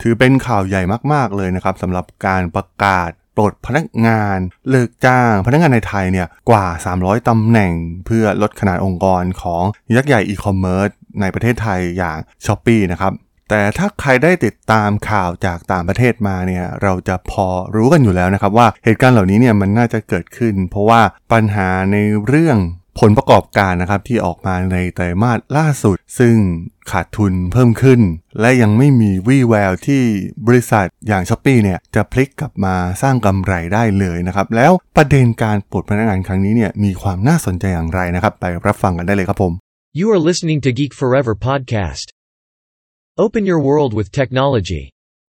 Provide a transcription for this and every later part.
ถือเป็นข่าวใหญ่มากๆเลยนะครับสำหรับการประกาศปลดพนักงานเลิกจ้างพนักงานในไทยเนี่ยกว่า300ตำแหน่งเพื่อลดขนาดองค์กรของยักษ์ใหญ่อีคอมเมิร์ซในประเทศไทยอย่าง Shopee นะครับแต่ถ้าใครได้ติดตามข่าวจากต่างประเทศมาเนี่ยเราจะพอรู้กันอยู่แล้วนะครับว่าเหตุการณ์เหล่านี้เนี่ยมันน่าจะเกิดขึ้นเพราะว่าปัญหาในเรื่องผลประกอบการนะครับที่ออกมาในไตรมาสล่าสุดซึ่งขาดทุนเพิ่มขึ้นและยังไม่มีวี่แววที่บริษัทอย่าง Shopee เนี่ยจะพลิกกลับมาสร้างกำไรได้เลยนะครับแล้วประเด็นการปลดพนักงานครั้งนี้เนี่ยมีความน่าสนใจอย่างไรนะครับไปรับฟังกันได้เลยครับผม You are listening to Geek Forever podcast. Open your world with technology.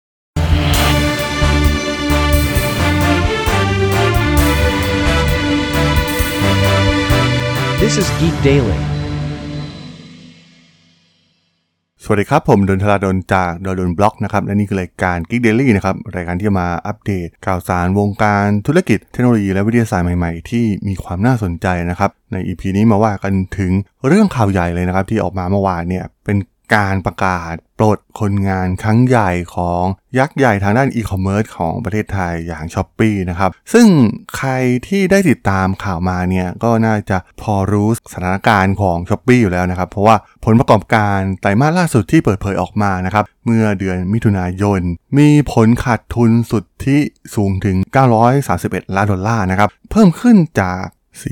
This is Geek Daily. สวัสดีครับผมดนทราดลจากดลบล็อกนะครับและนี่คือรายการ Geek Daily นะครับรายการที่มาอัปเดตข่าวสารวงการธุรกิจเทคโนโลยีและวิทยาศาสตร์ใหม่ๆที่มีความน่าสนใจนะครับใน EP นี้มาว่ากันถึงเรื่องข่าวใหญ่เลยนะครับที่ออกมาเมื่อวานเนี่ยเป็นการประกาศปลดคนงานครั้งใหญ่ของยักษ์ใหญ่ทางด้านอีคอมเมิร์ซของประเทศไทยอย่าง Shopee นะครับซึ่งใครที่ได้ติดตามข่าวมาเนี่ยก็น่าจะพอรู้สถานการณ์ของ Shopee อยู่แล้วนะครับเพราะว่าผลประกอบการไตรมาสล่าสุดที่เปิดเผยออกมานะครับเมื่อเดือนมิถุนายนมีผลขาดทุนสุทธิสูงถึง$931 ล้านนะครับเพิ่มขึ้นจาก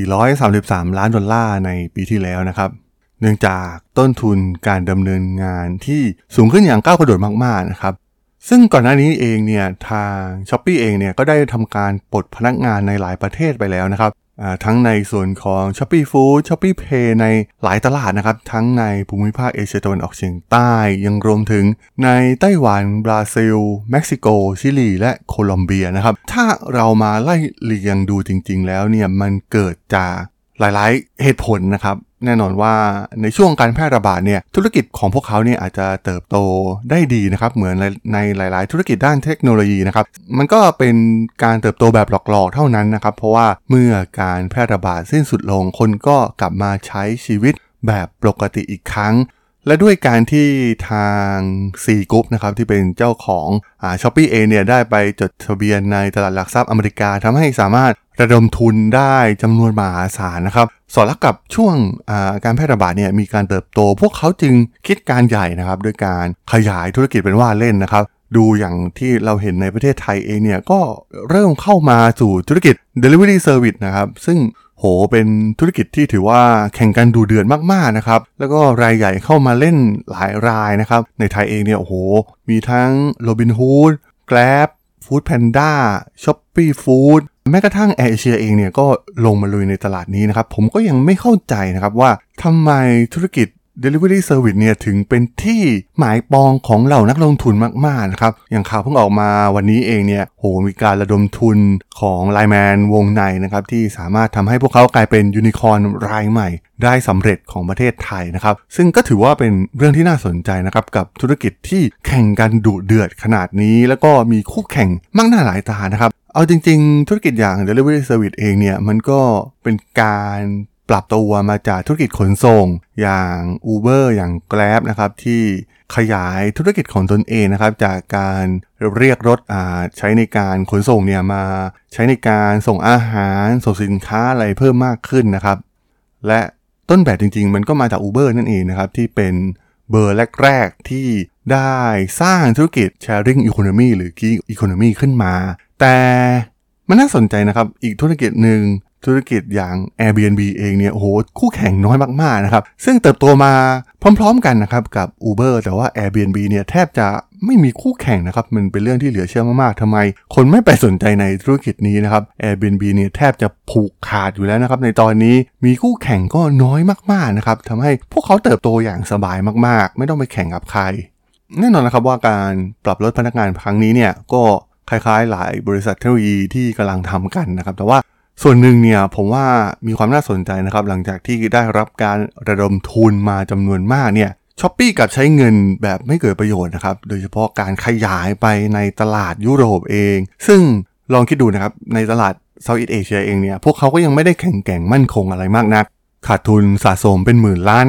$433 ล้านในปีที่แล้วนะครับเนื่องจากต้นทุนการดำเนินงานที่สูงขึ้นอย่างก้าวกระโดดมากๆนะครับซึ่งก่อนหน้านี้เองเนี่ยทาง Shopee เองเนี่ยก็ได้ทำการปลดพนักงานในหลายประเทศไปแล้วนะครับทั้งในส่วนของ Shopee Food Shopee Pay ในหลายตลาดนะครับทั้งในภูมิภาคเอเชียตะวันออกเฉียงใต้ยังรวมถึงในไต้หวันบราซิลเม็กซิโกชิลีและโคลอมเบียนะครับถ้าเรามาไล่เรียงดูจริงๆแล้วเนี่ยมันเกิดจากหลายๆเหตุผลนะครับแน่นอนว่าในช่วงการแพร่ระบาดเนี่ยธุรกิจของพวกเขาเนี่ยอาจจะเติบโตได้ดีนะครับเหมือนในหลายๆธุรกิจด้านเทคโนโลยีนะครับมันก็เป็นการเติบโตแบบหลอกๆเท่านั้นนะครับเพราะว่าเมื่อการแพร่ระบาดสิ้นสุดลงคนก็กลับมาใช้ชีวิตแบบปกติอีกครั้งและด้วยการที่ทาง C Group นะครับที่เป็นเจ้าของShopee เองเนี่ยได้ไปจดทะเบียนในตลาดหลักทรัพย์อเมริกาทำให้สามารถระดมทุนได้จำนวนมหาศาลนะครับสอดรับกับช่วงการแพร่ระบาดเนี่ยมีการเติบโตพวกเขาจึงคิดการใหญ่นะครับด้วยการขยายธุรกิจเป็นว่าเล่นนะครับดูอย่างที่เราเห็นในประเทศไทยเองเนี่ยก็เริ่มเข้ามาสู่ธุรกิจ Delivery Service นะครับซึ่งเป็นธุรกิจที่ถือว่าแข่งกันดูเดือดมากๆนะครับแล้วก็รายใหญ่เข้ามาเล่นหลายรายนะครับในไทยเองเนี่ยมีทั้ง Robinhood Grab Foodpanda Shopee Food แม้กระทั่ง AirAsia เองเนี่ยก็ลงมาลุยในตลาดนี้นะครับผมก็ยังไม่เข้าใจนะครับว่าทำไมธุรกิจ Delivery Service เนี่ยถึงเป็นที่หมายปองของเหล่านักลงทุนมากๆนะครับอย่างข่าวเพิ่งออกมาวันนี้เองเนี่ยมีการระดมทุนของ Line Man วงในนะครับที่สามารถทำให้พวกเขากลายเป็นยูนิคอร์นรายใหม่ได้สำเร็จของประเทศไทยนะครับซึ่งก็ถือว่าเป็นเรื่องที่น่าสนใจนะครับกับธุรกิจที่แข่งกันดุเดือดขนาดนี้แล้วก็มีคู่แข่งมากหน้าหลายตานะครับเอาจริงๆธุรกิจอย่าง Delivery Service เองเนี่ยมันก็เป็นการปรับตัวมาจากธุรกิจขนส่งอย่าง Uber อย่าง Grab นะครับที่ขยายธุรกิจของตนเองนะครับจากการเรียกรถใช้ในการขนส่งเนี่ยมาใช้ในการส่งอาหารส่งสินค้าอะไรเพิ่มมากขึ้นนะครับและต้นแบบจริงๆมันก็มาจาก Uber นั่นเองนะครับที่เป็นเบอร์แรกๆที่ได้สร้างธุรกิจ Sharing Economy หรือ Gig Economy ขึ้นมาแต่มันน่าสนใจนะครับอีกธุรกิจหนึ่งธุรกิจอย่าง Airbnb เองเนี่ยคู่แข่งน้อยมากๆนะครับซึ่งเติบโตมาพร้อมๆกันนะครับกับ Uber แต่ว่า Airbnb เนี่ยแทบจะไม่มีคู่แข่งนะครับมันเป็นเรื่องที่เหลือเชื่อมากๆทำไมคนไม่ไปสนใจในธุรกิจนี้นะครับ Airbnb เนี่ยแทบจะผูกขาดอยู่แล้วนะครับในตอนนี้มีคู่แข่งก็น้อยมากๆนะครับทำให้พวกเขาเติบโตอย่างสบายมากๆไม่ต้องไปแข่งกับใครแน่นอนนะครับว่าการปรับลดพนักงานครั้งนี้เนี่ยก็คล้ายๆหลายบริษัทเทคโนโลยีที่กำลังทำกันนะครับแต่ว่าส่วนหนึ่งเนี่ยผมว่ามีความน่าสนใจนะครับหลังจากที่ได้รับการระดมทุนมาจำนวนมากเนี่ย Shopee กลับใช้เงินแบบไม่เกิดประโยชน์นะครับโดยเฉพาะการขยายไปในตลาดยุโรปเองซึ่งลองคิดดูนะครับในตลาดเซาท์อีสต์เอเชียเองเนี่ยพวกเขาก็ยังไม่ได้แข็งแกร่งมั่นคงอะไรมากนักขาดทุนสะสมเป็นหมื่นล้านนะครับ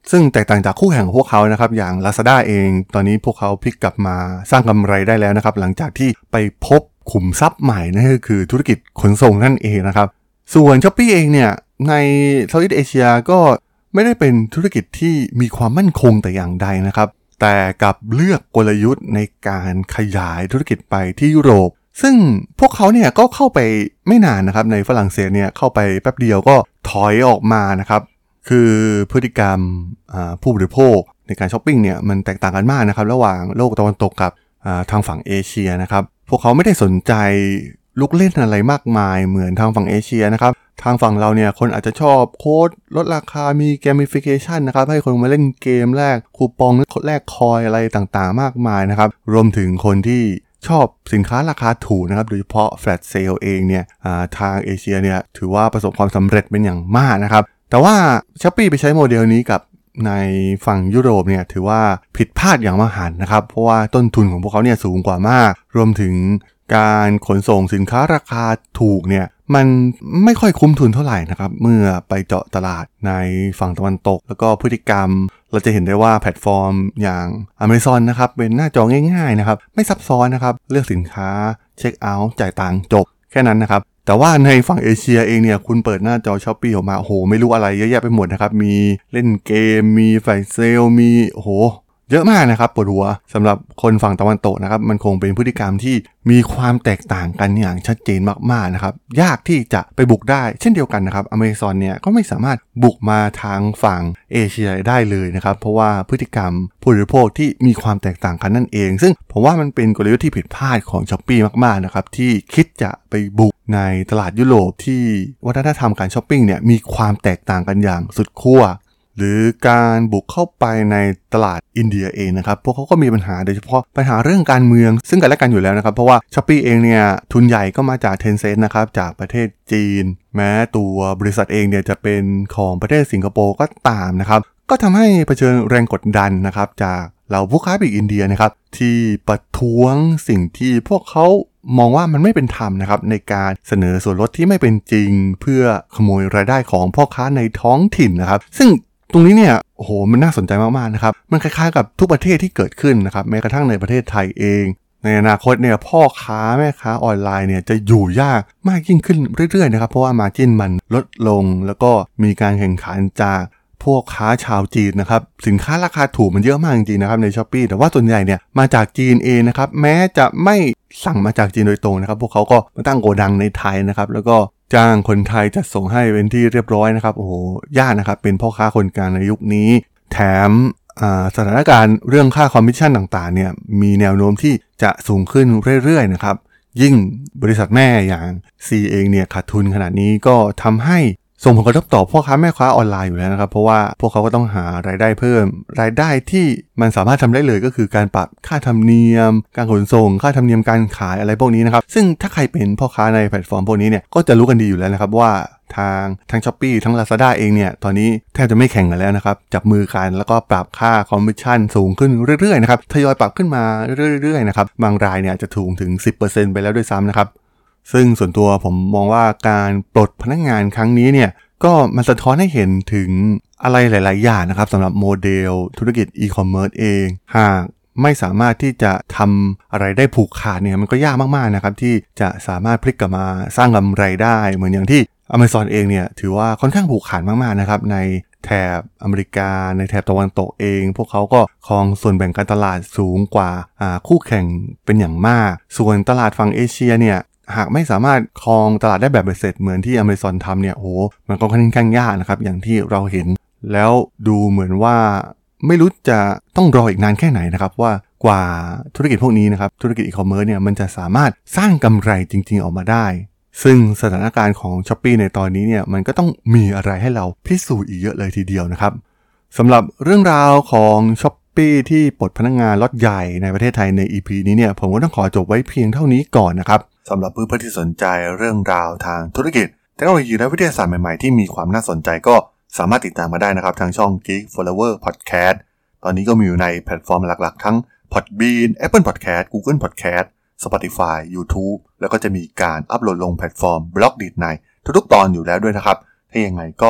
ซึ่งแตกต่างจากคู่แข่งของพวกเขานะครับอย่าง Lazada เองตอนนี้พวกเขาพลิกกลับมาสร้างกำไรได้แล้วนะครับหลังจากที่ไปพบขุมทรัพย์ใหม่นั่นก็คือธุรกิจขนส่งนั่นเองนะครับส่วน Shopee เองเนี่ยในเซาท์อีสต์เอเชียก็ไม่ได้เป็นธุรกิจที่มีความมั่นคงแต่อย่างใดนะครับแต่กลับเลือกกลยุทธ์ในการขยายธุรกิจไปที่ยุโรปซึ่งพวกเขาเนี่ยก็เข้าไปไม่นานนะครับในฝรั่งเศสเนี่ยเข้าไปแป๊บเดียวก็ถอยออกมานะครับคือพฤติกรรมผู้บริโภคในการช้อปปิ้งเนี่ยมันแตกต่างกันมากนะครับระหว่างโลกตะวันตกกับทางฝั่งเอเชียนะครับพวกเขาไม่ได้สนใจลูกเล่นอะไรมากมายเหมือนทางฝั่งเอเชียนะครับทางฝั่งเราเนี่ยคนอาจจะชอบโค้ดลดราคามีเกมฟิเคชันนะครับให้คนมาเล่นเกมแลกคูปองแลกคอยอะไรต่างๆมากมายนะครับรวมถึงคนที่ชอบสินค้าราคาถูกนะครับโดยเฉพาะ Flash Sale เองเนี่ยทางเอเชียเนี่ยถือว่าประสบความสำเร็จเป็นอย่างมากนะครับแต่ว่า Shopee ไปใช้โมเดลนี้กับในฝั่งยุโรปเนี่ยถือว่าผิดพลาดอย่างมหันต์นะครับเพราะว่าต้นทุนของพวกเขาเนี่ยสูงกว่ามากรวมถึงการขนส่งสินค้าราคาถูกเนี่ยมันไม่ค่อยคุ้มทุนเท่าไหร่นะครับเมื่อไปเจาะตลาดในฝั่งตะวันตกแล้วก็พฤติกรรมเราจะเห็นได้ว่าแพลตฟอร์มอย่าง Amazon นะครับเป็นหน้าจอง่ายๆนะครับไม่ซับซ้อนนะครับเลือกสินค้าเช็คเอาท์จ่ายตังค์จบแค่นั้นนะครับแต่ว่าในฝั่งเอเชียเองเนี่ยคุณเปิดหน้าจอ Shopee ออกมาโอ้โหไม่รู้อะไรเยอะแยะไปหมดนะครับมีเล่นเกมมีแฟลชเซลมีโอ้โหเยอะมากนะครับปวดหัวสำหรับคนฝั่งตะวันตกนะครับมันคงเป็นพฤติกรรมที่มีความแตกต่างกันอย่างชัดเจนมากๆนะครับยากที่จะไปบุกได้เช่นเดียวกันนะครับ Amazon เนี่ยก็ไม่สามารถบุกมาทางฝั่งเอเชียได้เลยนะครับเพราะว่าพฤติกรรมผู้บริโภคที่มีความแตกต่างกันนั่นเองซึ่งผมว่ามันเป็นกลยุทธ์ที่ผิดพลาดของ Shopee มากๆนะครับที่คิดจะไปบุกในตลาดยุโรปที่วัฒนธรรมการช้อปปิ้งเนี่ยมีความแตกต่างกันอย่างสุดขั้วหรือการบุกเข้าไปในตลาดอินเดียเองนะครับพวกเขาก็มีปัญหาโดยเฉพาะปัญหาเรื่องการเมืองซึ่งกันและกันอยู่แล้วนะครับเพราะว่า Shopee เองเนี่ยทุนใหญ่ก็มาจาก Tencent นะครับจากประเทศจีนแม้ตัวบริษัทเองเนี่ยจะเป็นของประเทศสิงคโปร์ก็ตามนะครับก็ทำให้เผชิญแรงกดดันนะครับจากเหล่าผู้ค้าปลีกอินเดียนะครับที่ประท้วงสิ่งที่พวกเขามองว่ามันไม่เป็นธรรมนะครับในการเสนอส่วนลดที่ไม่เป็นจริงเพื่อขโมยรายได้ของพ่อค้าในท้องถิ่นนะครับซึ่งตรงนี้เนี่ยโอ้โหมันน่าสนใจมากๆนะครับมันคล้ายๆกับทุกประเทศที่เกิดขึ้นนะครับแม้กระทั่งในประเทศไทยเองในอนาคตเนี่ยพ่อค้าแม่ค้าออนไลน์เนี่ยจะอยู่ยากมากยิ่งขึ้นเรื่อยๆนะครับเพราะว่ามาร์จิ้นมันลดลงแล้วก็มีการแข่งขันจากพวกค้าชาวจีนนะครับสินค้าราคาถูกมันเยอะมากจริงๆนะครับใน Shopee แต่ว่าส่วนใหญ่เนี่ยมาจากจีนเองนะครับแม้จะไม่สั่งมาจากจีนโดยตรงนะครับพวกเขาก็มาตั้งโกดังในไทยนะครับแล้วก็จ้างคนไทยจัดส่งให้เป็นที่เรียบร้อยนะครับโอ้โหยากนะครับเป็นพ่อค้าคนกลางในยุคนี้แถมสถานการณ์เรื่องค่าคอมมิชชั่นต่างๆเนี่ยมีแนวโน้มที่จะสูงขึ้นเรื่อยๆนะครับยิ่งบริษัทแม่อย่าง C เองเนี่ยขาดทุนขนาดนี้ก็ทำให้ส่งผลกระทบต่อพ่อค้าแม่ค้าออนไลน์อยู่แล้วนะครับเพราะว่าพวกเขาก็ต้องหารายได้เพิ่มรายได้ที่มันสามารถทำได้เลยก็คือการปรับค่าธรรมเนียมการขนส่งค่าธรรมเนียมการขายอะไรพวกนี้นะครับซึ่งถ้าใครเป็นพ่อค้าในแพลตฟอร์มพวกนี้เนี่ยก็จะรู้กันดีอยู่แล้วนะครับว่าทั้ง Shopee ทั้ง Lazada เองเนี่ยตอนนี้แทบจะไม่แข่งกันแล้วนะครับจับมือกันแล้วก็ปรับค่าคอมมิชชั่นสูงขึ้นเรื่อยๆนะครับทยอยปรับขึ้นมาเรื่อยๆนะครับบางรายเนี่ยจะถูกถึง 10% ไปแล้วด้วยซ้ำนะครับซึ่งส่วนตัวผมมองว่าการปลดพนักงานครั้งนี้เนี่ยก็มันสะท้อนให้เห็นถึงอะไรหลายๆอย่างนะครับสำหรับโมเดลธุรกิจอีคอมเมิร์ซเองหากไม่สามารถที่จะทำอะไรได้ผูกขาดเนี่ยมันก็ยากมากๆนะครับที่จะสามารถพลิกกลับมาสร้างกำไรได้เหมือนอย่างที่ Amazon เองเนี่ยถือว่าค่อนข้างผูกขาดมากๆนะครับในแถบอเมริกาในแถบตะวันตกเองพวกเขาก็ครองส่วนแบ่งการตลาดสูงกว่าคู่แข่งเป็นอย่างมากส่วนตลาดฝั่งเอเชียเนี่ยหากไม่สามารถครองตลาดได้แบบเบ็ดเสร็จเหมือนที่ Amazon ทำเนี่ยโหมันก็ค่อนข้างยากนะครับอย่างที่เราเห็นแล้วดูเหมือนว่าไม่รู้จะต้องรออีกนานแค่ไหนนะครับว่ากว่าธุรกิจพวกนี้นะครับธุรกิจอีคอมเมิร์ซเนี่ยมันจะสามารถสร้างกำไรจริงๆออกมาได้ซึ่งสถานการณ์ของ Shopee ในตอนนี้เนี่ยมันก็ต้องมีอะไรให้เราพิสูจน์อีกเยอะเลยทีเดียวนะครับสำหรับเรื่องราวของ Shopee ที่ปลดพนักงานล็อตใหญ่ในประเทศไทยใน EP นี้เนี่ยผมก็ต้องขอจบไว้เพียงเท่านี้ก่อนนะครับสำหรับเพื่อนๆที่สนใจเรื่องราวทางธุรกิจเทคโนโลยีและวิทยาศาสตร์ใหม่ๆที่มีความน่าสนใจก็สามารถติดตามมาได้นะครับทางช่อง Geek Flower Podcast ตอนนี้ก็มีอยู่ในแพลตฟอร์มหลักๆทั้ง Podbean Apple Podcast Google Podcast Spotify YouTube แล้วก็จะมีการอัปโหลดลงแพลตฟอร์ม Blogdit ในทุกๆตอนอยู่แล้วด้วยนะครับถ้ายังไงก็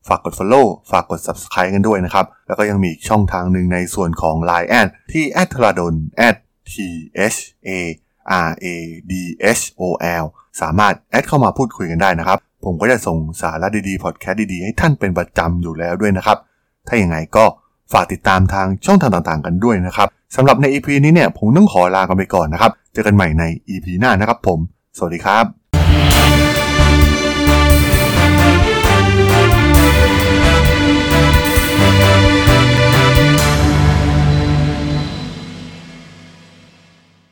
ฝากกด follow ฝากกด subscribe กันด้วยนะครับแล้วก็ยังมีอีกช่องทางหนึ่งในส่วนของ Line แอดที่ @thradol @thradol สามารถแอดเข้ามาพูดคุยกันได้นะครับผมก็จะส่งสาระดีๆพอดแคสต์ดีๆให้ท่านเป็นประจำอยู่แล้วด้วยนะครับถ้าอย่างไรก็ฝากติดตามทางช่องทางต่างๆกันด้วยนะครับสำหรับใน EP นี้เนี่ยผมต้องขอลากันไปก่อนนะครับเจอกันใหม่ใน EP หน้านะครับผมสวัสดีครับ